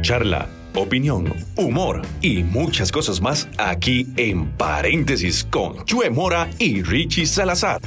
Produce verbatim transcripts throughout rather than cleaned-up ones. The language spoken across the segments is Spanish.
charla, opinión, humor y muchas cosas más aquí en Paréntesis con Chue Mora y Richie Salazar.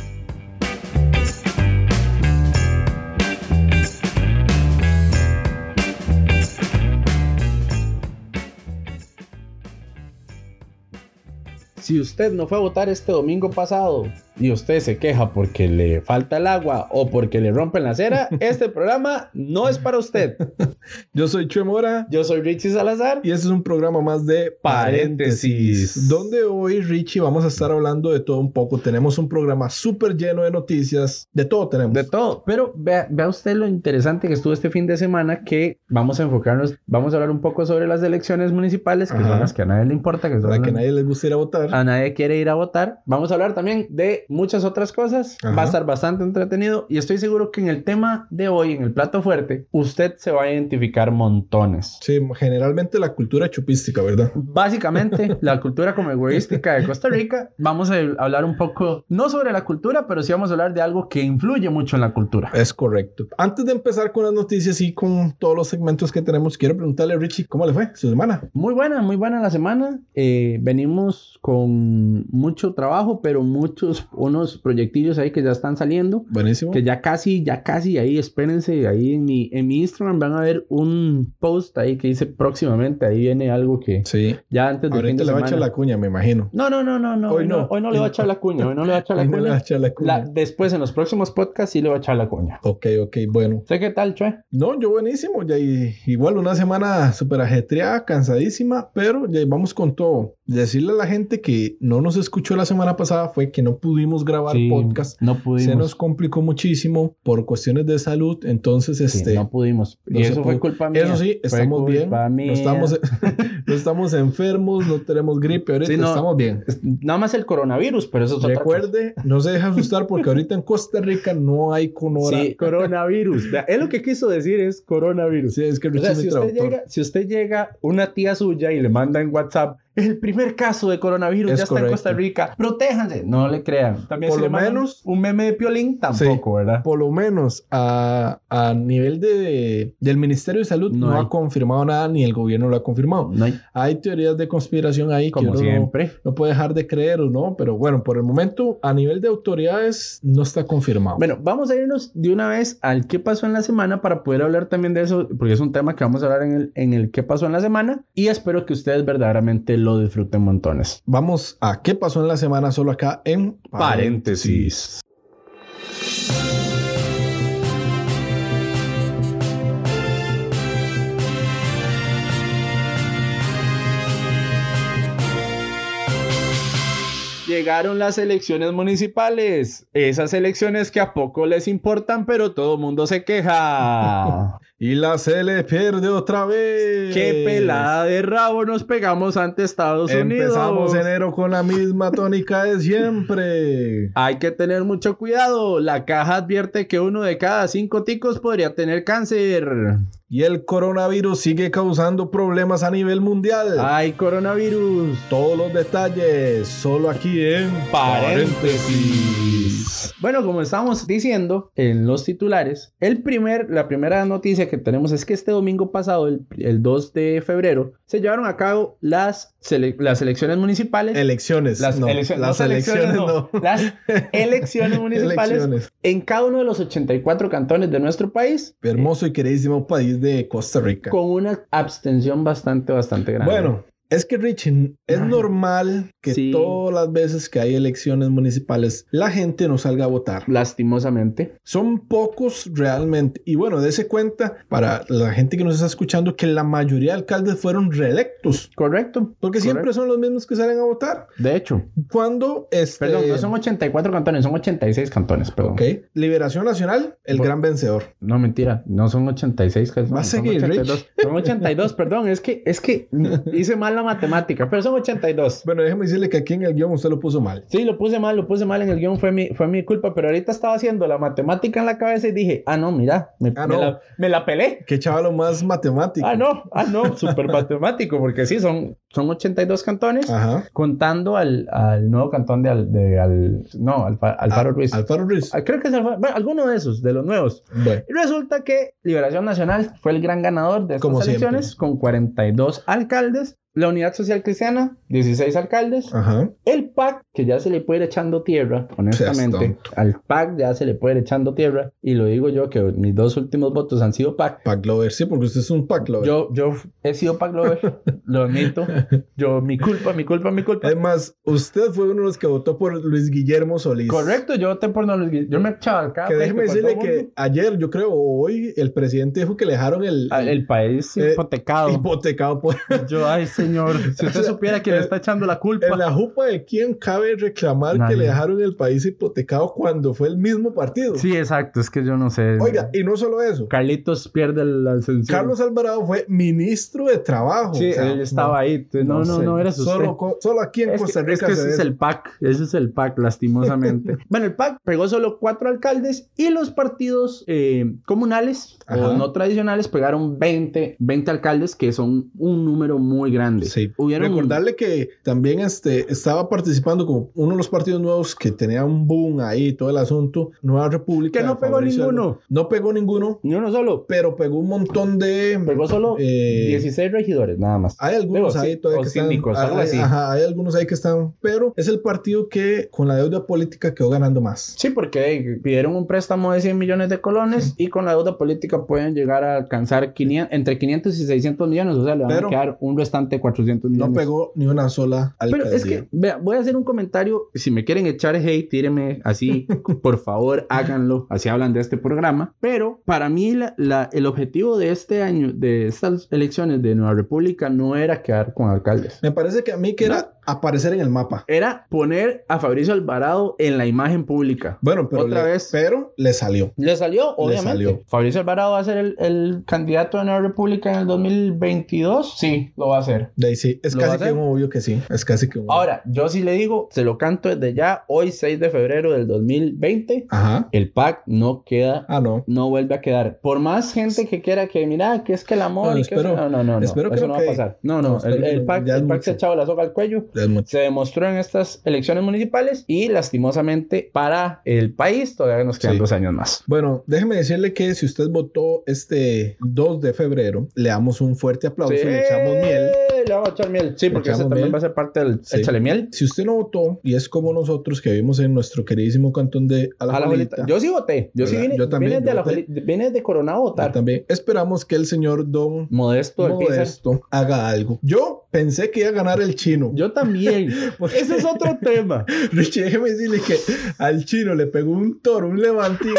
Si usted no fue a votar este domingo pasado y usted se queja porque le falta el agua o porque le rompen la acera, este programa no es para usted. Yo soy Chue Mora. Yo soy Richie Salazar. Y este es un programa más de Paréntesis, Paréntesis. donde hoy, Richie, vamos a estar hablando de todo un poco. Tenemos un programa súper lleno de noticias. De todo tenemos. De todo. Pero vea, vea usted lo interesante que estuvo este fin de semana, que vamos a enfocarnos, vamos a hablar un poco sobre las elecciones municipales, que Ajá. son las que a nadie le importa. Que son Para las... que nadie les guste ir a votar. A nadie quiere ir a votar. Vamos a hablar también de muchas otras cosas. Ajá. Va a estar bastante entretenido y estoy seguro que en el tema de hoy, en el plato fuerte, usted se va a identificar montones. Sí, generalmente la cultura chupística, ¿verdad? Básicamente, la cultura como egoística de Costa Rica. Vamos a hablar un poco, no sobre la cultura, pero sí vamos a hablar de algo que influye mucho en la cultura. Es correcto. Antes de empezar con las noticias y con todos los segmentos que tenemos, quiero preguntarle a Richie, ¿cómo le fue su semana? Muy buena, muy buena la semana. Eh, venimos con mucho trabajo, pero muchos, unos proyectillos ahí que ya están saliendo. Buenísimo. Que ya casi, ya casi, ahí espérense, ahí en mi, en mi Instagram van a ver un post ahí que dice próximamente, ahí viene algo que Sí. ya antes del fin Ahorita de le va a semana. echar la cuña, me imagino. No, no, no, no, no. Hoy no. Hoy no le va a echar la cuña, hoy no le va a echar la Hoy no cuña. le va a echar la cuña. La- después, en los próximos podcasts, sí le va a echar la cuña. Ok, ok, bueno. ¿Sé qué tal, Chue? No, yo buenísimo. Ya, y- igual una semana súper ajetreada, cansadísima, pero ya vamos con todo. Decirle a la gente que no nos escuchó la semana pasada fue que no pudimos grabar Sí, podcast. no pudimos. Se nos complicó muchísimo por cuestiones de salud. Entonces, Sí, este... no pudimos. no Y se eso fue pudo. culpa mía. Eso sí, Fue estamos bien. culpa No mía. estamos, no estamos enfermos, no tenemos gripe. Ahorita Sí, no. estamos bien. Es- Nada más el coronavirus, pero eso es otra cosa. Recuerde, no se deje asustar porque ahorita en Costa Rica no hay conora. Sí, coronavirus. Vea, él lo que quiso decir es coronavirus. Sí, es que O Richie sea, es mi si usted, traductor. llega, si usted llega una tía suya y le manda en WhatsApp el primer caso de coronavirus Es ya está en correcto. Costa Rica, protéjanse. No le crean. También Por si lo le mandan menos- un meme de Piolín, tampoco, ¿verdad? Por lo menos a, a nivel de, del Ministerio de Salud No no, hay. ha confirmado nada, ni el gobierno lo ha confirmado. No hay, Hay teorías de conspiración ahí que como uno no, siempre. no puede dejar de creer o no, pero bueno, por el momento a nivel de autoridades no está confirmado. Bueno, vamos a irnos de una vez al qué pasó en la semana para poder hablar también de eso, porque es un tema que vamos a hablar en el, en el qué pasó en la semana y espero que ustedes verdaderamente lo disfruten montones. Vamos a qué pasó en la semana solo acá en Paréntesis. Llegaron las elecciones municipales. Esas elecciones que a poco les importan, pero todo el mundo se queja. Y la C L pierde otra vez. ¡Qué pelada de rabo nos pegamos ante Estados Unidos! Empezamos enero con la misma tónica de siempre. Hay que tener mucho cuidado. La caja advierte que uno de cada cinco ticos podría tener cáncer. Y el coronavirus sigue causando problemas a nivel mundial. ¡Ay, coronavirus! Todos los detalles solo aquí en Paréntesis. Bueno, como estábamos diciendo en los titulares, el primer, la primera noticia que tenemos es que este domingo pasado, el, el dos de febrero, se llevaron a cabo las, sele, las elecciones municipales. Elecciones. Las, no, eleccio- las no, elecciones no. Las elecciones municipales Elecciones. en cada uno de los ochenta y cuatro cantones de nuestro país. Hermoso y queridísimo país de Costa Rica. Con una abstención bastante, bastante grande. Bueno, es que Richie, es Ay. normal que Sí. todas las veces que hay elecciones municipales la gente no salga a votar. Lastimosamente. Son pocos realmente. Y bueno, dése cuenta para la gente que nos está escuchando que la mayoría de alcaldes fueron reelectos. Correcto. Porque siempre Correcto. son los mismos que salen a votar. De hecho. Cuando este... Perdón, no son ochenta y cuatro cantones, son ochenta y seis cantones, perdón. Ok. Liberación Nacional, el Bu- gran vencedor. No, mentira, no son ochenta y seis. que son, Va a son seguir, ochenta y dos. Rich. Son ochenta y dos, perdón, es que, es que hice mal mala matemática, pero son ochenta y dos. Bueno, déjeme decirle que aquí en el guión usted lo puso mal. Sí, lo puse mal, lo puse mal en el guión, fue mi, fue mi culpa, pero ahorita estaba haciendo la matemática en la cabeza y dije, ah, no, mira, me, Ah, me, no. la, me la pelé. Qué chavalo más matemático. Ah, no, ah, no, súper matemático, porque sí, son, son ochenta y dos cantones, Ajá. contando al, al nuevo cantón de, al, de al, no, Alfa, Alfaro Al- Ruiz. Alfaro Ruiz. Ah, creo que es Alfaro, bueno, alguno de esos, de los nuevos. Bueno, Y resulta que Liberación Nacional fue el gran ganador de estas Como elecciones, siempre. con cuarenta y dos alcaldes. La Unidad Social Cristiana, dieciséis alcaldes. ajá. El P A C, que ya se le puede ir echando tierra, honestamente. Seas tonto. Al P A C ya se le puede ir echando tierra. Y lo digo yo, que mis dos últimos votos han sido P A C. Pack Lover, sí, porque usted es un Pack Lover. Yo, yo he sido P A C Lover, lo admito. Yo, mi culpa, mi culpa, mi culpa. Además, usted fue uno de los que votó por Luis Guillermo Solís. Correcto, yo voté por no Luis Guillermo. Yo me echaba cada Que déjeme pleito con decirle todo que mundo. ayer, yo creo, o hoy, el presidente dijo que le dejaron el, Ah, el país eh, hipotecado. hipotecado por... Yo, ay, señor, si usted supiera que le está echando la culpa. En la jupa de quién cabe reclamar Nadie. que le dejaron el país hipotecado cuando fue el mismo partido. Sí, exacto, es que yo no sé. Oiga, y no solo eso. Carlitos pierde la ascensión. Carlos Alvarado fue ministro de Trabajo. Sí, O sea, él estaba no, ahí. Entonces, no, no, sé. no, eres usted. Solo, co- solo aquí en Es Costa que, es Rica que se ese ve es eso. el P A C, ese es el P A C, lastimosamente. Bueno, el P A C pegó solo cuatro alcaldes y los partidos eh, comunales Ajá. o no tradicionales pegaron veinte, veinte alcaldes, que son un número muy grande. Sí. Hubieron Recordarle que también este, estaba participando como uno de los partidos nuevos que tenía un boom ahí, todo el asunto, Nueva República. Que no de pegó Fabricio ninguno. Alba. No pegó ninguno, ni uno solo, pero pegó un montón de... pegó solo eh, dieciséis regidores, nada más. Hay algunos Digo, ahí sí, todavía o que están... síndicos, algo hay, así. Ajá, hay algunos ahí que están... Pero es el partido que con la deuda política quedó ganando más. Sí, porque eh, pidieron un préstamo de cien millones de colones y con la deuda política pueden llegar a alcanzar quinientos, entre quinientos y seiscientos millones, o sea, le van Pero a quedar un restante de cuatrocientos millones. No pegó ni una sola Pero alcaldía. es que, vea, voy a hacer un comentario. Si me quieren echar hate, tírenme así, por favor, háganlo. Así hablan de este programa. Pero para mí, la, la- el objetivo de este año, de estas elecciones de Nueva República, no era quedar con alcaldes. Me parece que a mí que era aparecer en el mapa. Era poner a Fabricio Alvarado en la imagen pública. Bueno, pero, Otra le, vez. pero le salió. Le salió, obviamente. salió. Fabricio Alvarado va a ser el, el candidato de Nueva República en el dos mil veintidós. Sí, lo va a hacer. De ahí sí, es ¿Lo va casi a que hacer? un obvio que sí. Es casi que un obvio. Ahora, yo sí le digo, se lo canto desde ya, hoy seis de febrero del dos mil veinte, Ajá. el P A C no queda, Ah, no. no vuelve a quedar. Por más gente que quiera que, mira, que es que el amor No, y que espero- eso- no, no, no, no, espero eso creo no va a que- pasar. No, no, no, espero el, que el no, P A C, ya es el P A C se mucho. echaba la soga al cuello. Ya es mucho. Se demostró en estas elecciones municipales y lastimosamente para el país todavía nos quedan Sí. dos años más. Bueno, déjeme decirle que si usted votó este dos de febrero, le damos un fuerte aplauso y le echamos miel. Le vamos a echar miel. Sí, Le porque ese echamos también miel. va a ser parte del Sí. échale miel. Si usted no votó y es como nosotros que vivimos en nuestro queridísimo cantón de Alajuelita, Alajuelita. Yo sí voté. Yo sí ¿Verdad? vine, Yo también, vine de yo voté. Alajuelita- vine de Coronado a votar. también esperamos que el señor Don Modesto el Pizar. Modesto haga algo. Yo pensé que iba a ganar el chino. Yo también. Porque- Ese es otro tema. Richie, déjeme decirle que al chino le pegó un toro, un levantín.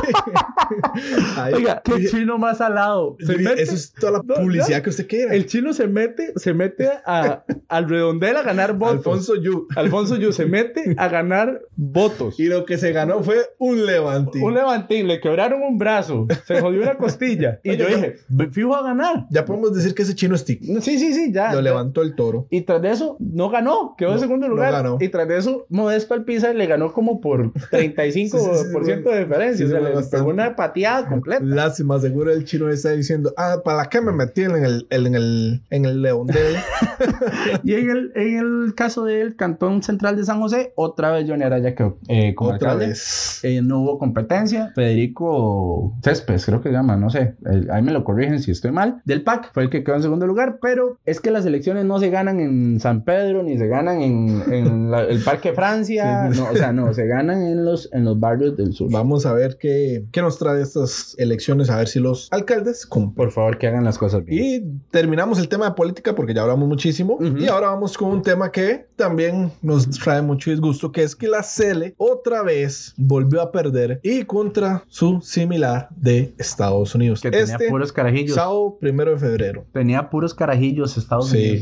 Ahí- Oiga, qué chino más salado. Se mete- Eso es toda la No, publicidad ya. que usted quiera. El chino se mete, se mete a, al redondel a ganar votos. Alfonso Yu. Alfonso Yu se mete a ganar votos. Y lo que se ganó fue un levantín. Un levantín, le quebraron un brazo, se jodió una costilla. Y Oye, yo no. dije, fijo a ganar. Ya podemos decir que ese chino es tic. Sí, sí, sí, ya. Lo ya. levantó el toro. Y tras de eso, no ganó, quedó en No, segundo no lugar. ganó. Y tras de eso, Modesto Alpizar le ganó como por treinta y cinco por ciento Sí, sí, sí, sí, de diferencia. sí, o sea, sí, le bastante. pegó una pateada completa. Lástima, seguro el chino está diciendo, ah, ¿para qué me metí en el, en el, en el leondel? Y en el, en el caso del Cantón Central de San José, otra vez Johnny Araya quedó eh, como Otra alcalde. vez. Eh, no hubo competencia. Federico Céspedes, creo que se llama, no sé. El- ahí me lo corrigen si estoy mal. Del P A C fue el que quedó en segundo lugar, pero es que las elecciones no se ganan en San Pedro ni se ganan en, en la- el Parque Francia. Sí, sí. No, o sea, no, se ganan en los, en los barrios del sur. Vamos a ver qué, qué nos trae estas elecciones, a ver si los alcaldes cumplen. Por favor, que hagan las cosas bien. Y terminamos el tema de política porque ya hablamos muchísimo. Ujú. Y ahora vamos con un tema que también nos trae mucho disgusto, que es que la Cele otra vez volvió a perder y contra su similar de Estados Unidos. Que tenía este puros carajillos. sábado primero de febrero. Tenía puros carajillos Estados Sí, Unidos.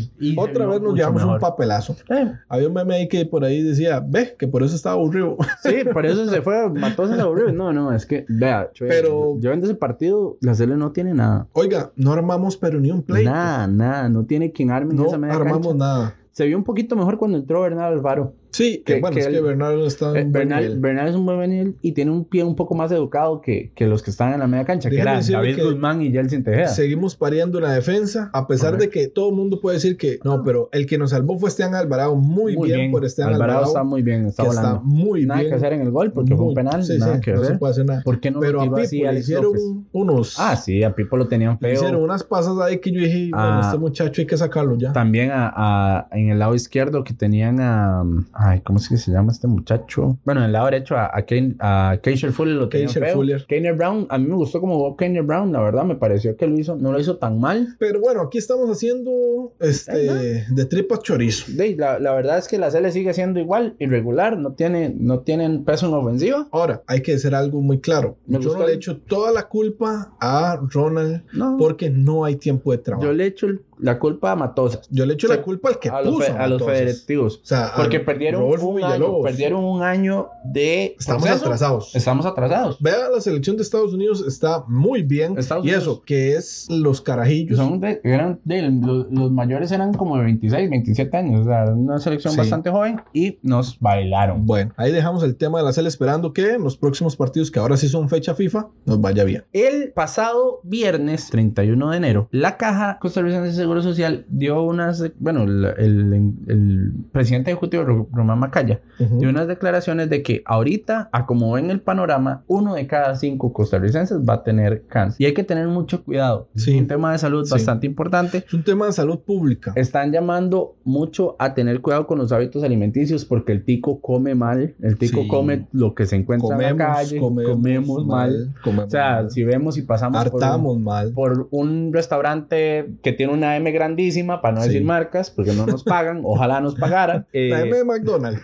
Sí. Y Otra vez nos mucho llevamos mejor. un papelazo. Eh, Había un meme ahí que por ahí decía, ve, que por eso estaba aburrido. Sí, por eso se fue, mató a aburrido. No, no, es que, vea, Chue, Pero- yo en ese partido, la C L no tiene nada. Oiga, no armamos pero ni un play. Nada, nada, no tiene quien arme en No esa media armamos cancha. nada. Se vio un poquito mejor cuando entró Bernal Alvaro. Sí, que, Que- bueno, que es que el- Bernardo está en Eh, un buen Bernal, nivel. Bernal es un buen nivel y tiene un pie un poco más educado que, que los que están en la media cancha, que Déjeme eran decirle David que Guzmán y Yeltsin Tejeda. Seguimos pariendo en la defensa, a pesar Correcto. de que todo el mundo puede decir que no, pero el que nos salvó fue Esteban Alvarado. Muy, bien, por Esteban Alvarado. Alvarado. está muy bien, está que volando. está muy nada bien. que hacer en el gol porque fue un Muy- penal, sí, nada sí, que no hacer. se puede hacer nada. ¿Por qué no Pero lo a tiró Pipo así le Alex hicieron López? unos... Ah, sí, a Pipo lo tenían le feo. hicieron unas pasas ahí que yo dije, bueno, Ah. este muchacho hay que sacarlo ya. También a, a- en el lado izquierdo que tenían a... Ay, ¿cómo es que se llama este muchacho? Bueno, en el lado derecho a, a, Kane, a Keisher Fuller lo tenían Keisher feo. Fuller. Keiner Brown, a mí me gustó como jugó Keiner Brown, la verdad, me pareció que lo hizo, no lo hizo tan mal. Pero bueno, aquí estamos haciendo este de tripas chorizo. De, la, la verdad es que la C L sigue siendo igual, irregular, no, tiene, no tienen peso en ofensiva. Ahora, hay que decir algo muy claro. Me Yo gustó no le el- echo toda la culpa a Ronald No, porque no hay tiempo de trabajo. yo le echo el- la culpa a Matosas. Yo le echo Sí, la culpa al que a los, puso fe- a los Matosas. federativos. O sea, Porque al perdieron Rodolfo un, año, Villalobos. perdieron un año de Estamos proceso. atrasados. Estamos atrasados. Vea, la selección de Estados Unidos está muy bien. Estados y Unidos- eso, que es los carajillos. Son de, eran de, los, los mayores eran como de veintiséis, veintisiete años. O sea, una selección Sí. bastante joven y nos bailaron. Bueno, ahí dejamos el tema de la C L esperando que en los próximos partidos, que ahora sí son fecha FIFA, nos vaya bien. El pasado viernes treinta y uno de enero, la Caja Costarricense de Seguro Social dio unas, bueno, el, el- el presidente ejecutivo Ro- Román Macaya Ujú. dio unas declaraciones de que ahorita, a como ven el panorama, uno de cada cinco costarricenses va a tener cáncer. Y hay que tener mucho cuidado. Sí. Es un tema de salud Sí. bastante importante. Es un tema de salud pública. Están llamando mucho a tener cuidado con los hábitos alimenticios porque el tico come mal, el tico Sí. come lo que se encuentra en la calle, comemos, mal. comemos O sea, mal, si vemos y pasamos por un- hartamos mal. por un restaurante que tiene una M grandísima, para no Sí. decir marcas, porque no nos pagan, ojalá nos pagaran. Eh, La M de McDonald's.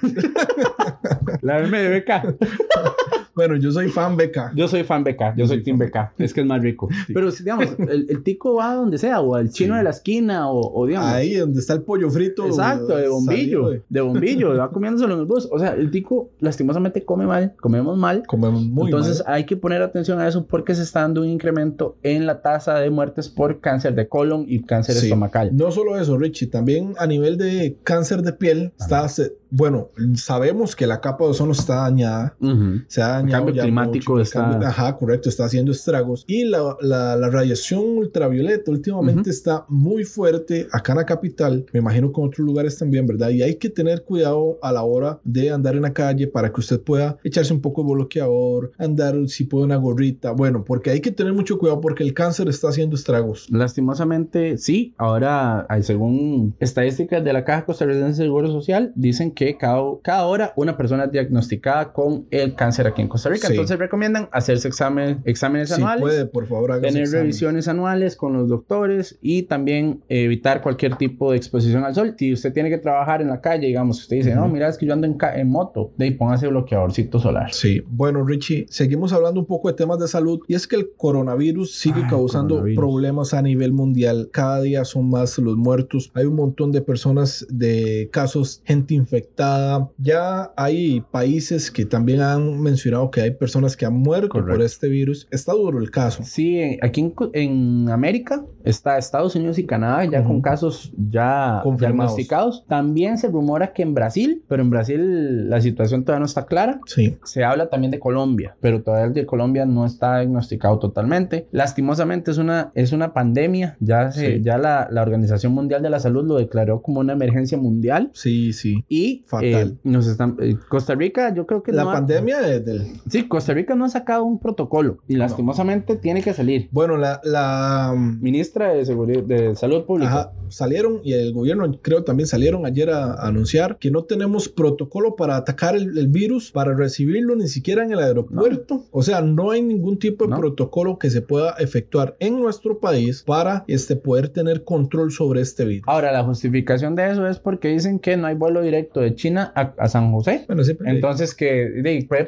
la M de B K. Bueno, yo soy fan B K. Yo soy fan B K, yo soy Team B K, es que es más rico. Pero si, digamos, el, el tico va a donde sea, o al chino Sí. de la esquina, o, o digamos... Ahí donde está el pollo frito. Exacto, de bombillo, salido de- de bombillo, va comiéndoselo en el bus. O sea, el tico lastimosamente come mal, comemos mal. Comemos muy Entonces mal. hay que poner atención a eso porque se está dando un incremento en la tasa de muertes por cáncer de colon y cáncer Sí. estomacal. No solo eso, Richie, también a nivel de cáncer de piel, está, se- bueno, sabemos que la capa de ozono está dañada. Ujú. Se ha dañado cambio ya climático mucho, el está- cambio- ajá, correcto, está haciendo estragos. Y la, la, la radiación ultravioleta últimamente Ujú. está muy fuerte acá en la capital. Me imagino que en otros lugares también, ¿verdad? Y hay que tener cuidado a la hora de andar en la calle para que usted pueda echarse un poco de bloqueador, andar si puede una gorrita. Bueno, porque hay que tener mucho cuidado porque el cáncer está haciendo estragos. Lastimosamente, sí. Ahora, hay- según estadísticas de la Caja Costarricense de Seguro Social, dicen que cada, cada hora una persona es diagnosticada con el cáncer aquí en Costa Rica. Sí. Entonces recomiendan hacerse examen, exámenes Si anuales. puede, por favor, haga Tener revisiones anuales con los doctores y también evitar cualquier tipo de exposición al sol. Si usted tiene que trabajar en la calle, digamos, usted dice, Ujú. no, mira, es que yo ando en, ca- en moto, de ahí póngase bloqueadorcito solar. Sí, bueno, Richie, seguimos hablando un poco de temas de salud y es que el coronavirus sigue Ay, causando coronavirus. problemas a nivel mundial. Cada día son más los muertos. Hay un montón de personas, de casos, gente infectada. Ya hay países que también han mencionado que hay personas que han muerto Correcto. por este virus. Está duro el caso. Sí, en- aquí en, Co- en América está Estados Unidos y Canadá ya Ujú. con casos ya Confirmados. diagnosticados. También se rumora que en Brasil, pero en Brasil la situación todavía no está clara. Sí, Se habla también de Colombia, pero todavía el de Colombia no está diagnosticado totalmente. Lastimosamente es una, es una pandemia. Ya, se, Sí. ya la, la Organización Mundial de la Salud lo declaró como una emergencia mundial. sí, sí. Y Fatal. eh, nos están, eh, Costa Rica, yo creo que La no ha- pandemia es del... sí, Costa Rica no ha sacado un protocolo y lastimosamente tiene que salir. Bueno, la... la Ministra de, Seguridad, de Salud Pública. Ajá, salieron y el gobierno creo también salieron ayer a, a anunciar que no tenemos protocolo para atacar el, el virus, para recibirlo ni siquiera en el aeropuerto. O sea, no hay ningún tipo de No. protocolo que se pueda efectuar en nuestro país para este, poder tener control sobre este virus. Ahora, la justificación de eso es porque dicen que no hay vuelo directo de China a, a San José. Bueno, siempre Entonces que de, puede pasar, puede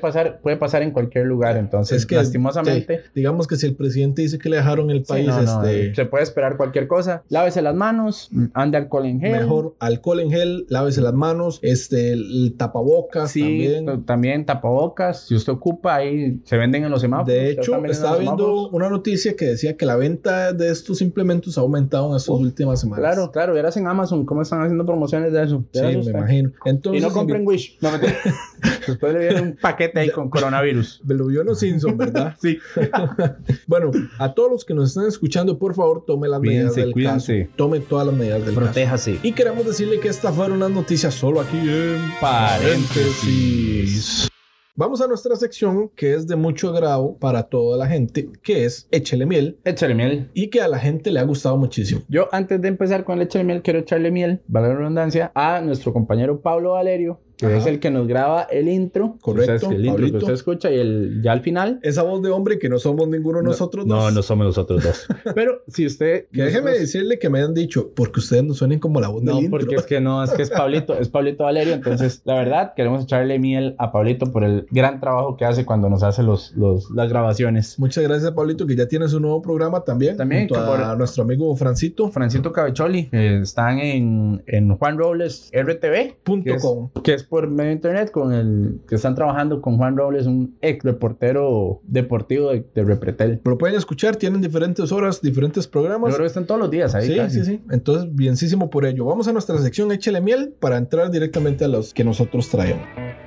puede pasar en cualquier lugar. Entonces, Es que, lastimosamente... sí, digamos que si el presidente dice que le dejaron el país, sí, no, no, este, se puede esperar cualquier cosa. Lávese las manos, ande alcohol en gel. mejor alcohol en gel, lávese las manos, este, el, el tapabocas Sí, también. t- también tapabocas. Si usted ocupa, ahí se venden en los semáforos. De ya hecho, están vendiendo en estaba los viendo semáforos. una noticia que decía que la venta de estos implementos ha aumentado en estas Uf, últimas semanas. Claro, claro, verás en Amazon cómo están haciendo promociones de eso. Sí, Verás me usted. imagino. Entonces, Y no compren Wish. No, mentira. Después le viene un paquete ahí con coronavirus. me lo vio los Simpson, ¿verdad? Sí. Bueno, a todos los que nos están escuchando, por favor, tome las medidas Cuídense, del cuídense. caso. Tome todas las medidas del caso. Protéjase. Y queremos decirle que estas fueron las noticias solo aquí en Paréntesis. Vamos a nuestra sección que es de mucho agrado para toda la gente, que es Échele Miel, Échale miel. y que a la gente le ha gustado muchísimo. Yo, antes de empezar con el échale miel, quiero echarle miel, vale la redundancia, a nuestro compañero Pablo Valerio, que Ajá. es el que nos graba el intro. Correcto, O sea, el intro Pablito. que usted escucha y el, ya al final. Esa voz de hombre que no somos ninguno de nosotros dos. somos nosotros dos. Pero si usted... Que déjeme nosotros- decirle que me han dicho, porque ustedes no suenen como la voz No, del intro. porque es que no, es que es Pablito, es Pablito Valerio. Entonces, la verdad, queremos echarle miel a Pablito por el gran trabajo que hace cuando nos hace los, los, las grabaciones. Muchas gracias, Pablito, que ya tiene su nuevo programa también. También, junto que por- a nuestro amigo Francito. Francito Cabecholi, eh, están en, en Juan Robles R T V, Punto que es, com. que es por medio de internet, con el que están trabajando con Juan Robles, un ex reportero deportivo de, de Repretel. Lo pueden escuchar, tienen diferentes horas, diferentes Yo programas. creo que están todos los días ahí. Sí, casi. sí, sí. Entonces, bienísimo por ello. Vamos a nuestra sección Échele Miel para entrar directamente a los que nosotros traemos.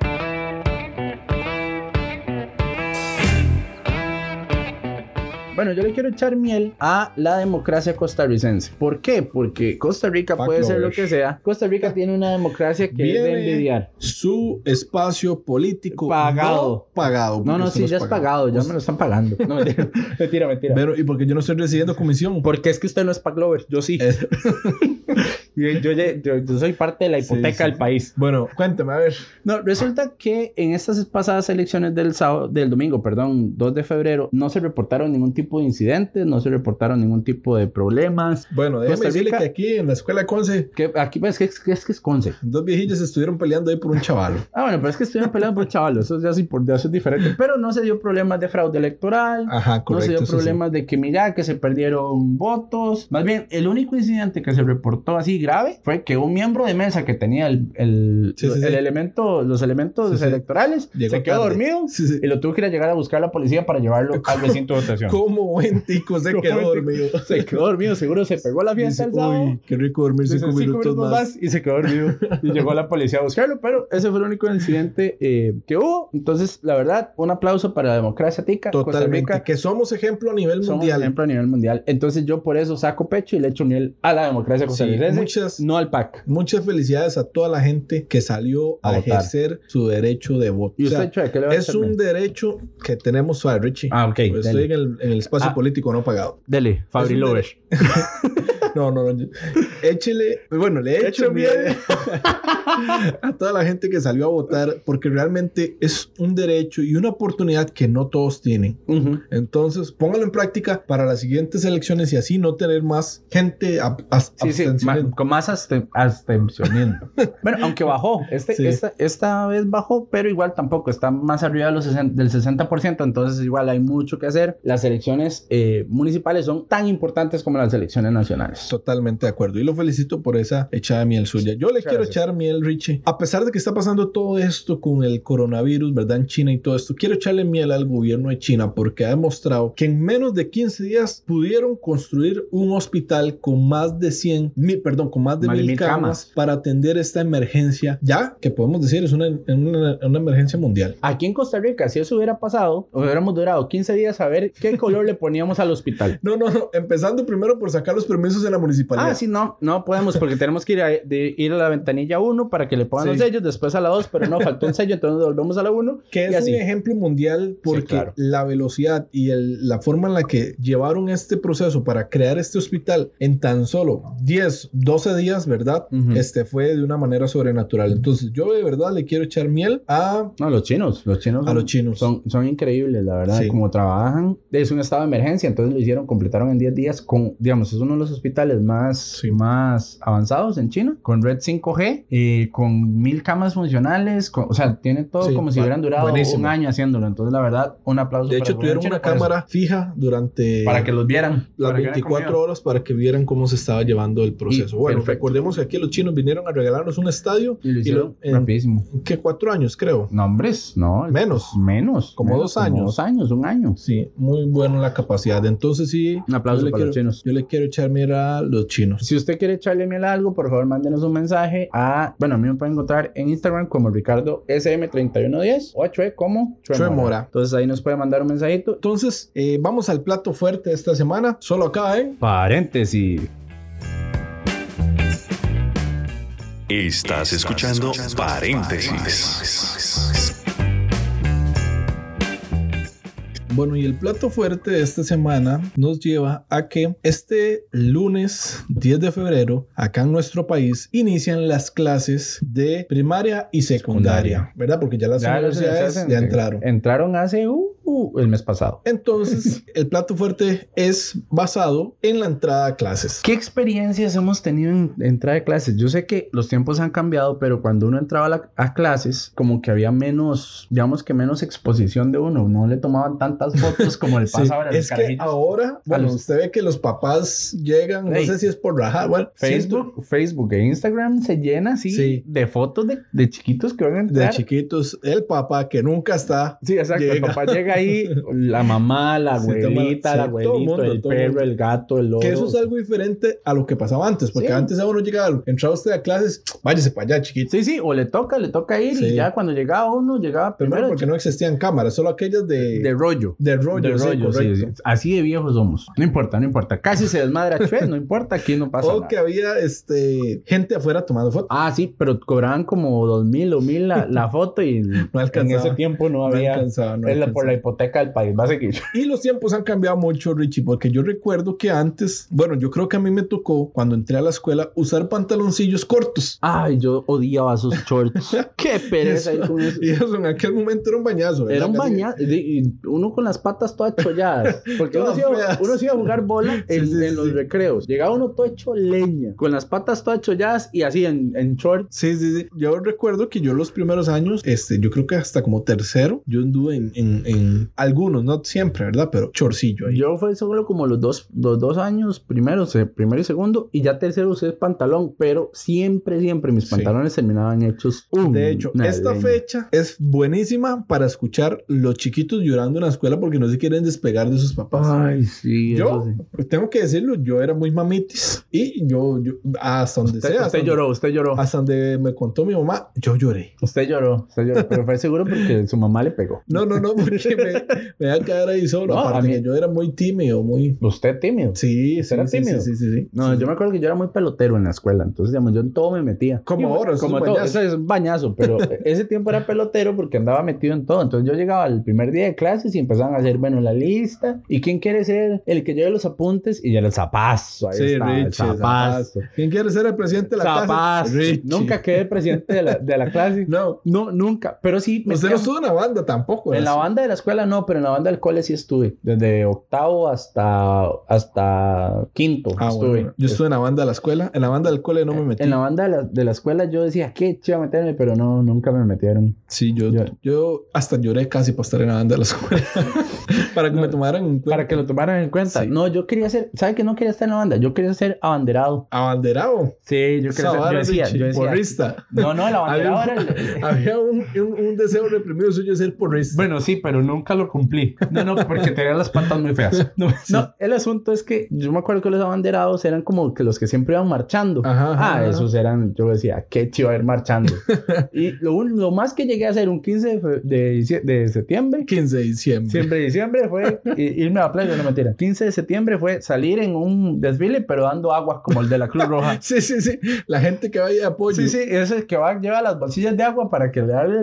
Bueno, yo le quiero echar miel a la democracia costarricense. ¿Por qué? Porque Costa Rica Fuck puede ser lo lovers. que sea. Costa Rica tiene una democracia que es de Viene envidiar. su espacio político Pagado. no pagado. No, porque no, usted sí, ya es pagado, ya Pues, me lo están pagando. No, mentira, mentira, mentira. Pero, ¿y porque yo no estoy recibiendo comisión? Porque es que usted no es paglover, yo sí. Eh, Yo, yo, yo- yo soy parte de la Sí, hipoteca sí. del país. Bueno, cuéntame, a ver. No, resulta que en estas pasadas elecciones del sábado, del domingo, perdón, dos de febrero, no se reportaron ningún tipo de incidentes, no se reportaron ningún tipo de problemas. Bueno, déjame Costa decirle Rica- que aquí en la escuela de Conce, Que aquí pues, que es que es que es Conce. dos viejillas estuvieron peleando ahí por un chaval. Ah, bueno, pero es que estuvieron peleando por chaval, eso ya, es impor- ya eso es diferente. Pero no se dio problemas de fraude electoral. Ajá, No correcto. se dio eso sí. problemas de que, mira, que se perdieron votos. Más bien, el único incidente que se reportó así grave fue que un miembro de mesa que tenía el, el, Sí, sí, el sí. elemento, los elementos Sí, sí. electorales Llegó se quedó tarde. dormido Sí, sí. y lo tuvo que ir a llegar a buscar la policía para llevarlo al recinto de votación. Como buen tico se Como quedó buen tico. dormido. Se quedó dormido, seguro se pegó la fiesta Dice, el sábado. uy, qué rico dormir Dice, cinco, minutos, más. y se quedó dormido y llegó la policía a buscarlo, pero ese fue el único incidente eh, que hubo. Entonces, la verdad, un aplauso para la democracia tica. Costa Totalmente. Rica, Que somos ejemplo a nivel somos mundial. ejemplo a nivel mundial. Entonces, yo por eso saco pecho y le echo miel a la democracia costarricense, muchas- no al P A C. Muchas felicidades a toda la gente que salió a, A votar. ejercer su derecho de voto. ¿Y O sea, usted, Choe, qué le va a es echar un miel? derecho que tenemos, suave, Richie. Ah, ok. Pues dele. estoy en el, en el espacio Ah. político no pagado. Dele, Fabri Es un Lover. No, no, no. Échele, bueno, le echo Echo miel miel. a toda la gente que salió a votar porque realmente es un derecho y una oportunidad que no todos tienen. Ujú. Entonces, póngalo en práctica para las siguientes elecciones y así no tener más gente a, a- Sí, sí, abstencionando. ma- con más abste- abstencionamiento. Bueno, aunque bajó, este, Sí. esta, esta vez bajó, pero igual tampoco, está más arriba de los sesenta del sesenta por ciento, entonces igual hay mucho que hacer. Las elecciones eh, municipales son tan importantes como las elecciones nacionales. Totalmente de acuerdo. Y lo felicito por esa echada de miel suya. Yo le Muchas quiero gracias. echar miel, Richie. A pesar de que está pasando todo esto con el coronavirus, ¿verdad? En China y todo esto, quiero echarle miel al gobierno de China porque ha demostrado que en menos de quince días pudieron construir un hospital con más de cien mil, perdón, con más de Más de mil mil camas, camas. para atender esta emergencia. Ya, que podemos decir, es una, una, una emergencia mundial. Aquí en Costa Rica, si eso hubiera pasado, hubiéramos durado quince días a ver qué color le poníamos al hospital. No, no, no. Empezando primero por sacar los permisos de la municipalidad. Ah, sí, no, no podemos porque tenemos que ir a, de, ir a la ventanilla uno para que le pongan Sí. los sellos, después a la dos, pero no, faltó un sello, entonces volvemos a la uno. Que y es así. un ejemplo mundial porque claro. la velocidad y el- la forma en la que llevaron este proceso para crear este hospital en tan solo diez, doce días, ¿verdad? Ujú. Este fue de una manera sobrenatural. Entonces yo de verdad le quiero echar miel a, No, los chinos, los chinos a son, los chinos. son, son increíbles, la verdad, Sí. como trabajan. Es un estado de emergencia, entonces lo hicieron, completaron en diez días con, digamos, es uno de los hospitales hospitales más, Sí. más avanzados en China, con red cinco G, eh, con mil camas funcionales, con- o sea, tiene todo Sí, como si bu- hubieran durado buenísimo. un año haciéndolo. Entonces, la verdad, un aplauso De para hecho, el gobierno tuvieron una chino por eso. cámara fija durante Para que los vieran. las para que vieran veinticuatro cómo iba. horas para que vieran cómo se estaba llevando el proceso. Y- bueno, perfecto. recordemos que aquí los chinos vinieron a regalarnos un estadio Y lo hicieron en- rapidísimo. ¿qué? Cuatro años, creo. No, hombres, no. Menos. Menos. Como menos, dos años. dos años, un año. Sí, muy buena la capacidad. Entonces sí, Un aplauso yo le para quiero, los chinos. Yo le quiero echar mira a los chinos. Si usted quiere echarle miel a algo, por favor, mándenos un mensaje a... Bueno, a mí me pueden encontrar en Instagram como Ricardo S M treinta y uno diez o a Chue como Chue Chue Mora. Mora. Entonces ahí nos puede mandar un mensajito. Entonces, eh, vamos al plato fuerte de esta semana. Solo acá, ¿eh? Paréntesis. Estás escuchando Paréntesis. Bueno, y el plato fuerte de esta semana nos lleva a que este lunes diez de febrero, acá en nuestro país, inician las clases de primaria y secundaria, Secundaria. ¿verdad? Porque ya las Ya los universidades universidades ya en- entraron. Entraron hace uh, uh, el mes pasado. Entonces, el plato fuerte es basado en la entrada a clases. ¿Qué experiencias hemos tenido en entrada de clases? Yo sé que los tiempos han cambiado, pero cuando uno entraba a, la- a clases, como que había menos, digamos que menos exposición de uno. No le tomaban tantas fotos como le pasa Sí, ahora a los es que carajillos. ahora, bueno, los- usted ve que los papás llegan, no Ey. sé si es por rajar, bueno, siento- Facebook, Facebook e Instagram se llena así Sí. de fotos de, de chiquitos que van a de entrar. chiquitos, el papá que nunca está. Sí, exacto. El llega. papá llega ahí, la mamá, la Sí, toma- abuelita, sí, el todo abuelito, mundo, el todo perro, mundo. el gato, el loro. Que eso es algo diferente a lo que pasaba antes, porque Sí. antes a uno llegaba, entraba usted a clases, váyase para allá, chiquito. Sí, sí, o le toca, le toca ir Sí. y ya cuando llegaba uno, llegaba Primero primero porque no existían cámaras, solo aquellas de, de rollo. de rollo, De sí, rollo, sí, correcto. sí. Así de viejos somos. No importa, no importa. Casi se desmadra Chue, no importa, aquí no pasa O nada. que había este, gente afuera tomando fotos. Ah, sí, pero cobraban como dos mil o mil la, la foto y en alcanzaba. ese tiempo no No había. alcanzaba, no es la- por alcanzaba. la hipoteca del país, básicamente. Y los tiempos han cambiado mucho, Richie, porque yo recuerdo que antes, bueno, yo creo que a mí me tocó, cuando entré a la escuela, usar pantaloncillos cortos. Ay, yo odiaba esos shorts. Qué Y pereza eso, ahí con eso. y eso en aquel momento era un bañazo, ¿verdad? Era un Casi- bañado, y uno con las patas todas cholladas, porque uno Todas se, iba, feas. uno se iba a jugar bola en, Sí, sí, en sí, los sí. recreos. Llegaba uno todo hecho leña, con las patas todas cholladas y así en, en short. Sí, sí, sí. Yo recuerdo que yo los primeros años, este, yo creo que hasta como tercero, yo anduve en, en, en algunos, no siempre, ¿verdad? Pero chorcillo ahí. Yo fue solo como los dos, los dos años, primero, se- primero y segundo, y ya tercero usé pantalón, pero siempre, siempre mis Sí. pantalones terminaban hechos. un- De hecho, una esta leña. fecha es buenísima para escuchar los chiquitos llorando en la escuela porque no se quieren despegar de sus papás. Ay, sí, Yo, eso sí. pues, tengo que decirlo, yo era muy mamitis y yo, yo hasta donde Usted, sea, hasta usted donde- lloró, usted lloró. hasta donde me contó mi mamá, yo lloré. Usted lloró, usted lloró, pero fue seguro porque su mamá le pegó. No, no, no, porque me, me iba a quedar ahí solo. No, Aparte a mí- que yo era muy tímido, muy... ¿Usted tímido? Sí, sí, ¿Usted era sí, tímido? sí, sí, sí, sí. No, Sí. yo me acuerdo que yo era muy pelotero en la escuela, entonces, digamos, yo en todo me metía. Como Y, ahora, eso es como un todo, bañazo. eso es un bañazo, pero ese tiempo era pelotero porque andaba metido en todo. Entonces yo llegaba al primer día de clases y empezaban a hacer, bueno, la lista. ¿Y quién quiere ser el que lleve los apuntes? Y ya era el zapazo, ahí Sí, está, el Richie, zapazo. zapazo. ¿Quién quiere ser el presidente de la Zapazo. clase? Richie. Nunca quedé presidente de la, de la clase. No, No, nunca. Pero sí, me usted no estuvo en la banda tampoco. en la ¿no? banda de la escuela no, pero en la banda del cole sí estuve. Desde octavo hasta, hasta quinto Ah, estuve. bueno, yo estuve en la banda de la escuela. En la banda del cole no me metí. En la banda de la, de la escuela yo decía, qué chido meterme, pero no, nunca me metieron. Sí, yo, Yo- yo hasta lloré casi para estar en la banda de la escuela. Para que No, me tomaran en cuenta. Para que lo tomaran en cuenta. Sí. No, yo quería ser, ¿sabe que no quería estar en la banda? Yo quería ser abanderado. Abanderado. Sí, yo quería Esa ser, yo vara, decía, Richie, yo decía. porrista. No, no, el abanderado Había era un- el... Había un, un, un deseo reprimido suyo de ser porrista. Bueno, sí, pero nunca lo cumplí. No, no, porque tenía las patas muy feas. No, no, el asunto es que yo me acuerdo que los abanderados eran como que los que siempre iban marchando. Ajá, ajá, ah, ajá. esos eran, yo decía, qué chido ir marchando. Y lo, un- lo más que llegué a hacer un quince de, fe- de, dicie- de septiembre, quince de diciembre. siempre diciembre, fue i- irme a la playa, no mentira. quince de septiembre fue salir en un desfile, pero dando agua como el de la Cruz Roja. Sí, sí, sí. La gente que vaya de apoyo. Sí, sí, ese que va, lleva las bolsillas de agua para que le hable a los compañeros.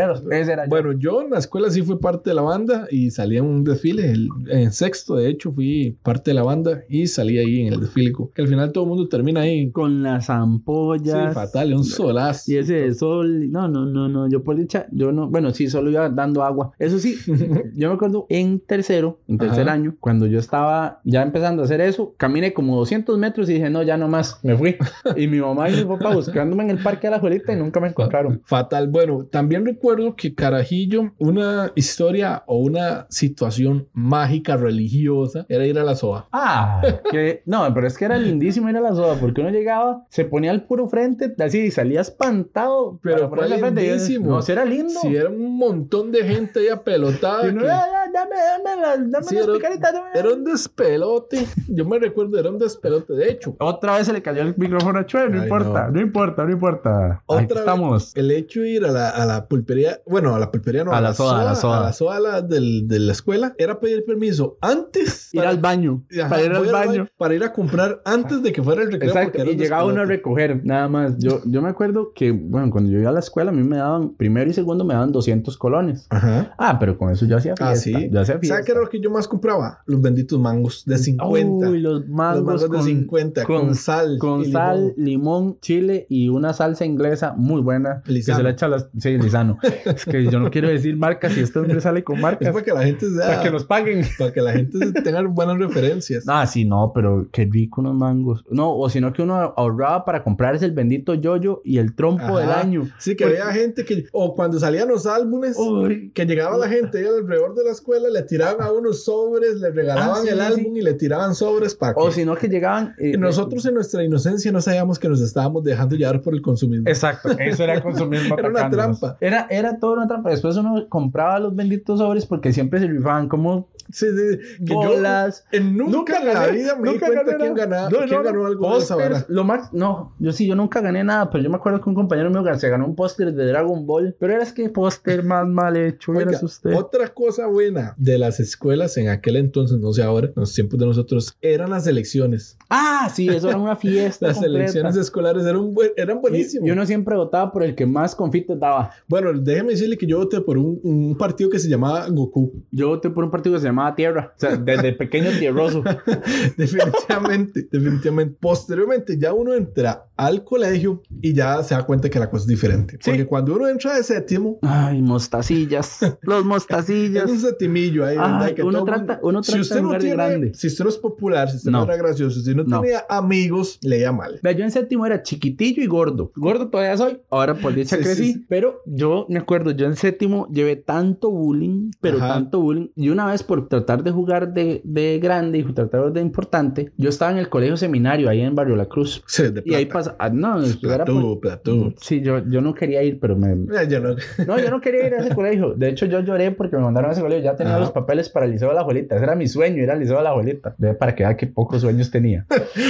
guerreros. Ese era yo. Bueno, yo en la escuela sí fui parte de la banda y salía en un desfile. El, en sexto, de hecho, fui parte de la banda y salí ahí en el desfile. Que al final todo el mundo termina ahí. Con las ampollas. Sí, fatal, un solazo. Y ese de sol. No, no, no, no. Yo por dicha, yo no. Bueno, sí, solo iba dando agua. Eso sí, yo me acuerdo en tercero, en tercer Ajá. año, cuando yo estaba ya empezando a hacer eso, caminé como doscientos metros y dije, no, ya no más, me fui. Y mi mamá y mi papá buscándome en el parque de la Juelita y nunca me encontraron. Fatal. Bueno, también recuerdo que Carajillo, una historia o una situación mágica religiosa era ir a la SOA. Ah, que no, pero es que era lindísimo ir a la SOA porque uno llegaba, se ponía al puro frente, así y salía espantado. Pero fue lindísimo. No, si era lindo. Sí, era un montón de gente ahí apelotada. Y no, que... dame, dame, dame, dame sí, las era, picaritas. Dame... Era un despelote. Yo me recuerdo, era un despelote. De hecho, otra vez se le cayó el micrófono a Chue, no Ay, importa, no. no importa, no importa. Otra Ahí estamos. Vez, el hecho de ir a la, a la pulpería, bueno, a la pulpería no, a, a la, la soda, soda, a la soda, a la soda la del, de la escuela, era pedir permiso antes. Ir para, al baño. Ajá, para ir al baño. baño. Para ir a comprar antes de que fuera el recreo. Exacto, y llegaba uno a recoger, nada más. Yo, yo me acuerdo que, bueno, cuando yo iba a la escuela, a mí me daban, primero y segundo me daban doscientos colones. Ajá. Ah, pero con eso yo hacía fiesta. Ah, sí. Yo hacía fiesta. ¿Sabes qué era lo que yo más compraba? Los benditos mangos de cincuenta. Uy, los mangos, los mangos con, de cincuenta, con, con sal. Con sal, limón. limón, chile y una salsa inglesa muy buena. Lisano. Que se le echa las... Sí, lisano. Es que yo no quiero decir marcas, si este hombre sale con marcas. Es para que la gente sea... Para que nos paguen. Para que la gente tenga buenas referencias. Ah, sí, no, pero qué rico unos mangos. No, o sino que uno ahorraba para comprarse el bendito yoyo y el trompo Ajá. del año. Sí, que Porque... había gente que... O cuando salían los álbumes, Uy. que llegaba la gente ahí alrededor de la escuela, le tiraban a unos sobres, le regalaban ah, sí, el sí, álbum sí. y le tiraban sobres para O sino que llegaban... Eh, y nosotros en nuestra inocencia no sabíamos que nos estábamos dejando llevar por el consumismo. Exacto, eso era consumismo. Era una trampa. Era, era todo una trampa. Después uno compraba los benditos sobres porque siempre se rifaban como... Sí, sí, que bolas. Yo, en nunca, nunca en la gané, vida me di cuenta quién, ganaba, no, quién no, ganó algo posters, de esa vara. Lo más, no, yo sí, yo nunca gané nada, pero yo me acuerdo que un compañero mío se ganó un póster de Dragon Ball, pero era es que póster más mal hecho, Oiga, eras usted. Otra cosa buena de las escuelas en aquel entonces, no sé ahora, en los tiempos de nosotros, eran las elecciones. Ah, sí, eso era una fiesta Las completa. elecciones escolares eran, buen, eran buenísimas. Y, y uno siempre votaba por el que más confites daba. Bueno, déjeme decirle que yo voté por un, un partido que se llamaba Goku. Yo voté por un partido que se llamaba Tierra. O sea, desde pequeño tierroso. definitivamente, definitivamente. Posteriormente ya uno entra al colegio y ya se da cuenta que la cosa es diferente. Sí. Porque cuando uno entra de séptimo... Ay, mostacillas. Los mostacillas. Es un septimillo ahí, ¿verdad? Ay, que uno, trata, uno trata si usted de no tiene, grande. Si usted no es popular, si usted no, no era gracioso, si no, no tenía amigos, leía mal. Vea, yo en séptimo era chiquitillo y gordo. Gordo todavía soy. Ahora por dicha sí, crecí. Sí, sí. Pero yo me acuerdo, yo en séptimo llevé tanto bullying, pero Ajá. tanto bullying. Y una vez por tratar de jugar de, de grande y tratar de importante, yo estaba en el colegio seminario ahí en Barrio La Cruz. Sí, de plata. Y ahí pasa... Ah, no, platú, era por... platú. Sí, yo, yo no quería ir, pero me... Eh, yo no. no, yo no quería ir a ese colegio. De hecho, yo lloré porque me mandaron a ese colegio. Ya tenía Ajá. los papeles para el Liceo de la Abuelita. Ese era mi sueño, ir al Liceo de la Abuelita. Para que vea qué pocos sueños tenía.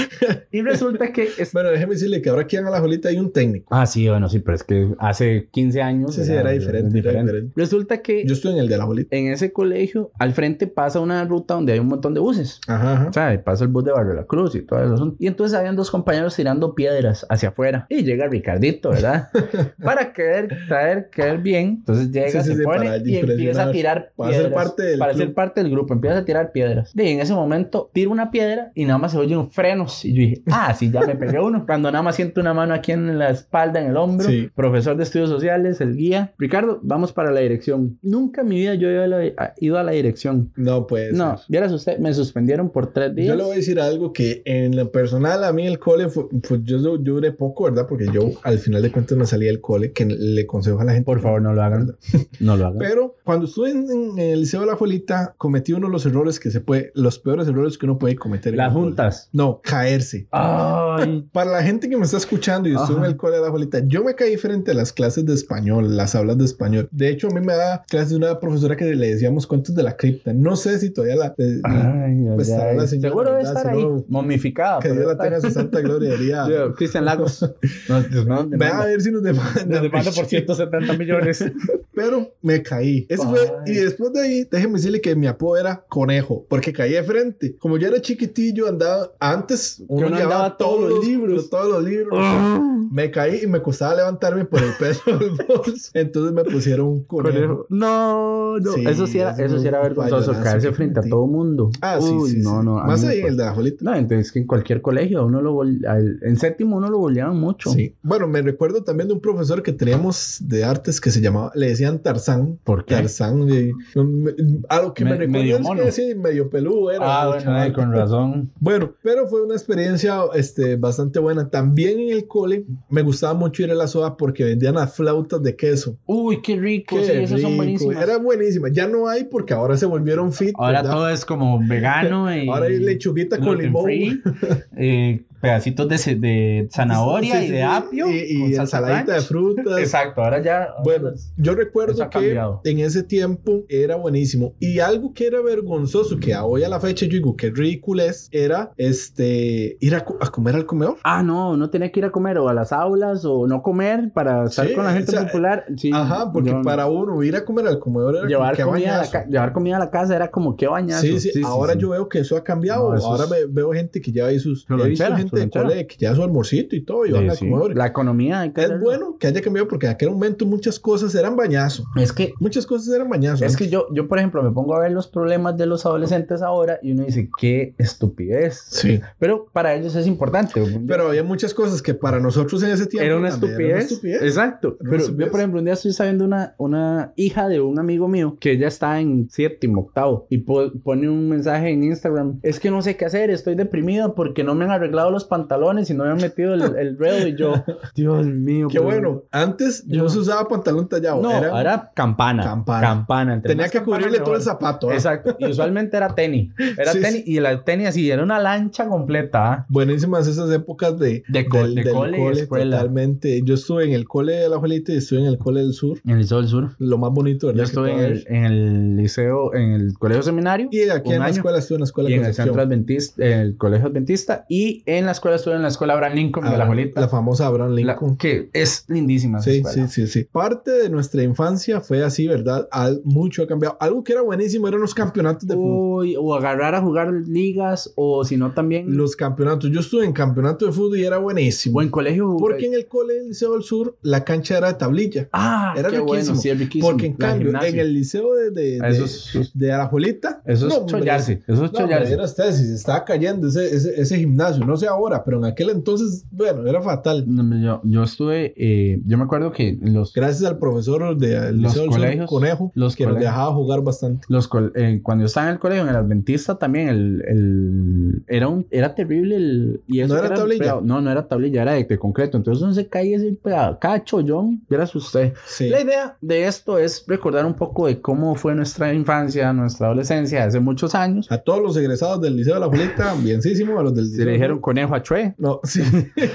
Y resulta que... Es... Bueno, déjeme decirle que ahora aquí en la Abuelita hay un técnico. Ah, sí, bueno, sí, pero es que hace quince años... Sí, sí, era, era, diferente, era diferente. diferente. Resulta que... Yo estoy en el de la Abuelita. En ese colegio, al frente pasa una ruta donde hay un montón de buses. Ajá, ajá. O sea, pasa el bus de Barrio La Cruz y todo eso. Y entonces habían dos compañeros tirando piedras hacia afuera. Y llega Ricardito, ¿verdad? Para querer traer, caer bien. Entonces llega, sí, sí, se sí, pone y empieza a tirar para piedras. Ser parte del para club. ser parte del grupo. Empieza a tirar piedras. Y en ese momento tiro una piedra y nada más se oyen frenos. Y yo dije, ah, sí, ya me pegué uno. Cuando nada más siento una mano aquí en la espalda, en el hombro. Sí. Profesor de estudios sociales, el guía. Ricardo, vamos para la dirección. Nunca en mi vida yo he ido a la dirección. No, pues. No, vieras usted, me suspendieron por tres días. Yo le voy a decir algo que en lo personal a mí el cole fue, pues yo, yo duré poco, ¿verdad? Porque yo al final de cuentas me salí del cole, que le aconsejo a la gente. Por favor, no lo hagan. No lo hagan. Pero cuando estuve en, en el Liceo de la Abuelita, cometí uno de los errores que se puede, los peores errores que uno puede cometer. Las juntas. Cole. No, caerse. Ay. Para la gente que me está escuchando y estuve en el cole de la Abuelita, yo me caí frente a las clases de español, las aulas de español. De hecho, a mí me daba clases de una profesora que le decíamos cuentos de la cripta. No sé si todavía la... Eh, ay, pues ay, estará la señora, seguro debe ¿verdad? estar Si ahí, no, momificada. Que Dios la tenga su santa gloria. Diría, Cristian Lagos. No, no, ve a ver si nos demanda. Nos demanda por ciento setenta millones. pero me caí. Eso fue, y después de ahí, déjeme decirle que mi apodo era Conejo, porque caí de frente. Como yo era chiquitillo, andaba, antes uno, uno llevaba andaba todos los libros. Todos los libros. Uh. Me caí y me costaba levantarme por el peso del bolso. Entonces me pusieron un conejo. conejo. No, no. Sí, eso sí era, eso sí era vergonzoso, caerse frente a todo mundo. Ah, sí, Uy, sí, no, sí. no. Más ahí en el de la Jolita. No, entonces que en cualquier colegio uno lo al, en séptimo uno lo boleaban mucho. Sí. Bueno, me recuerdo también de un profesor que teníamos de artes que se llamaba, le decían Tarzán. ¿Por qué? Tarzán. Eh, me, a lo que me, me recuerdo medio es mono. Que sí, medio peludo era. Ah, bueno, ay, con razón. Bueno, pero fue una experiencia este, bastante buena. También en el cole me gustaba mucho ir a la soda porque vendían las flautas de queso. Uy, qué rico. Qué sí, rico. Esas son buenísimas. Era buenísima. Ya no hay porque ahora se volvieron fit. Ahora ¿verdad? Todo es como vegano. Y ahora hay lechuguita con limón. Free, eh, pedacitos de, de zanahoria sí, sí, y de apio. Y, y ensaladita de frutas. Exacto, ahora ya. Bueno, yo recuerdo que en ese tiempo era buenísimo. Y algo que era vergonzoso, que hoy a la fecha yo digo que ridículo es, era este, ir a, a comer al comedor. Ah, no, no tenía que ir a comer o a las aulas o no comer para estar sí, con la gente o sea, popular. Sí, ajá, porque yo, para uno ir a comer al comedor era llevar como comida, a la llevar comida a la casa era como que bañazo. Sí, sí, sí ahora sí, yo sí. veo que eso ha cambiado. No, ahora es... veo gente que lleva ahí sus... He visto gente de cole que lleva su almorcito y todo y sí, van al sí. comedor. La economía. Es hacerlo. Bueno que haya cambiado porque en aquel momento muchas cosas eran bañazo. Es que... Muchas cosas eran bañazo. Es que yo, yo, por ejemplo, me pongo a ver los problemas de los adolescentes ahora y uno dice, qué estupidez. Sí. Pero para ellos es importante. Pero había muchas cosas que para nosotros en ese tiempo... Era una estupidez. Era una estupidez. Exacto. Era Pero estupidez. Yo, por ejemplo, un día estoy sabiendo una, una hija de un amigo mío que ella está en séptimo, octavo y po pone un mensaje en Instagram. Es que no sé qué hacer, estoy deprimida porque no me han arreglado los pantalones y no me han metido el, el dedo y yo, Dios mío. Qué bueno. Antes yo no se usaba pantalón tallado. No, era, era campana. Campana. Campana. Tenía que campana, cubrirle mejor. todo el zapato. ¿eh? Exacto. Y usualmente era tenis. Era sí, tenis sí. Y la tenis así, era una lancha completa. ¿eh? Buenísimas esas épocas de, de, co del, de del cole, cole y escuela. Totalmente. Yo estuve en el cole de la Abuelita y estuve en el cole del sur. En el liceo del sur. Lo más bonito, ¿verdad? Yo estuve en el, en el liceo, en el colegio seminario. Y aquí en la escuela estuve en la escuela y en el centro adventista, en el colegio adventista. Y en la escuela estuve en la escuela Abraham Lincoln ah, de la Abuelita. La famosa Abraham Lincoln. La, que es lindísima. Sí, sí, sí, sí. Parte de nuestra infancia fue así, ¿verdad? Al, mucho ha cambiado. Algo que era buenísimo eran los campeonatos de fútbol. Uy, o agarrar a jugar ligas, o si no también... Los campeonatos. Yo estuve en campeonato de fútbol y era buenísimo. O en colegio... Porque en el colegio del Liceo del Sur, la cancha era de tablilla. Ah, era qué riquísimo. Bueno, sí, es riquísimo. Porque en la cambio, gimnasia. En el liceo de, de, de, eso es, de Alajuelita... Eso es no, chollarse. Eso es no, chollarse. Era usted, si se estaba cayendo ese, ese, ese gimnasio. No sé ahora, pero en aquel entonces, bueno, era fatal. No, yo, yo estuve... Eh, yo me acuerdo que los... Gracias al profesor del los Liceo colegios, del Sur, Conejo, los que colegios, nos dejaba jugar bastante. Los eh, cuando yo estaba en el colegio, en el Adventista también, el, el, era, un, era terrible el... Y eso ¿No era, era tablilla? No, no era tablilla, era de, de concreto. Entonces uno se caía ese pegado. Cada chollón, vieras usted. Sí. La idea de esto es recordar un poco de cómo fue nuestra infancia, nuestra adolescencia, hace muchos años. A todos los egresados del Liceo de la Abuelita, bienísimo. A los del Se Liceo le dijeron de... conejo a Chue. No, sí.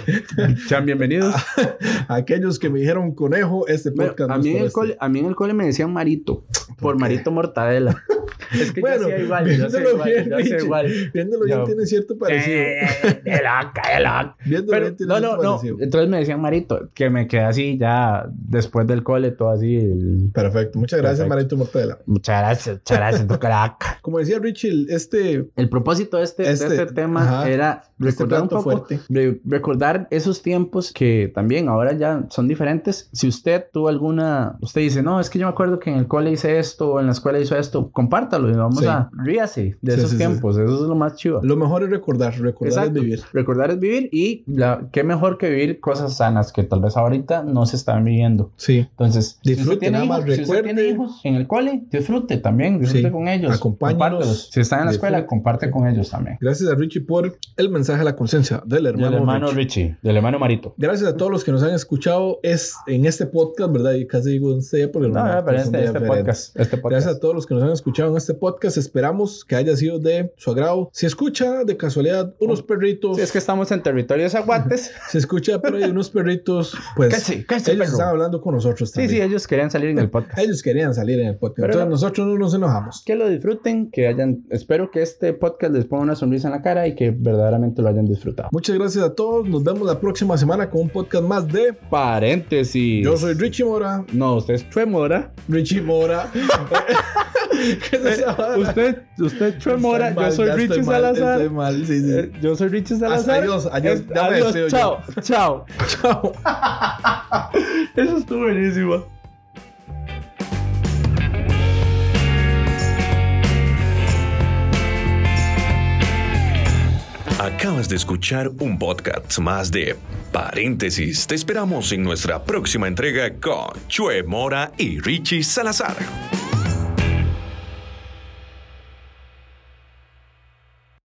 Sean bienvenidos. A, a aquellos que me dijeron conejo, este podcast. Bueno, a, mí en el cole, a mí en el cole me decían Marito, por, por Marito Mortadela. Es que bueno, yo hacía igual, yo hacía igual, bien, yo hacía igual. Viéndolo bien, no. Tiene cierto parecido. De loca, de loca. Viéndolo Pero, bien, tiene no, cierto no, parecido. no. Entonces me decían Marito, que me quedé así ya después del cole, todo así. El... Perfecto. Muchas gracias, Perfecto. Marito Mortadela. Muchas gracias, muchas gracias, tu crack. Como decía Richie, este... El propósito de este, este, de este tema ajá, era recordar este un poco, fuerte. De, recordar esos tiempos que también ahora ya son diferentes. Si usted tuvo alguna... Usted dice, no, es que yo me acuerdo que en el cole hice esto, o en la escuela hizo esto, compártalo y vamos sí. a... Ríase de sí, esos sí, tiempos, sí. Eso es lo más chido. Lo mejor es recordar, recordar Exacto. es vivir. Recordar es vivir y la, qué mejor que vivir cosas sanas que tal vez ahorita no se están viviendo. Sí. Entonces, disfrute, si nada hijos, más recuerde. Si usted tiene hijos en el cole, disfrute también, disfrute sí. con ellos. Acompáñalos. Si están en la escuela, disfrute. Comparte con ellos también. Gracias a Richie por el mensaje a la conciencia del hermano, del hermano Richie. Richie, del hermano Marito. Gracias a todos los que nos han escuchado es en este podcast, ¿verdad? Y casi digo en este porque no, no, pero este, este, podcast, este podcast. Gracias a todos los que nos han escuchado en este este podcast. Esperamos que haya sido de su agrado. Se escucha de casualidad unos perritos. Si es que estamos en territorios aguates. Se escucha por ahí unos perritos. Pues Casi, casi, ellos perro. están hablando con nosotros también. Sí, sí, ellos querían salir en el podcast. Ellos querían salir en el podcast. Pero Entonces no. nosotros no nos enojamos. Que lo disfruten, que hayan... Espero que este podcast les ponga una sonrisa en la cara y que verdaderamente lo hayan disfrutado. Muchas gracias a todos. Nos vemos la próxima semana con un podcast más de Paréntesis. Yo soy Richie Mora. No, usted es Chue Mora. Richie Mora. ¿Qué es esa vara? Usted, usted es Chue Mora. Estoy Yo mal, soy ya estoy Richie mal, Salazar. estoy mal, sí, sí. Eh, Yo soy Richie Salazar. Adiós, adiós. Es- Ya me adiós. despido yo. Chao, chao. Chao. Eso estuvo buenísimo. Acabas de escuchar un podcast más de Paréntesis. Te esperamos en nuestra próxima entrega con Chue Mora y Richie Salazar.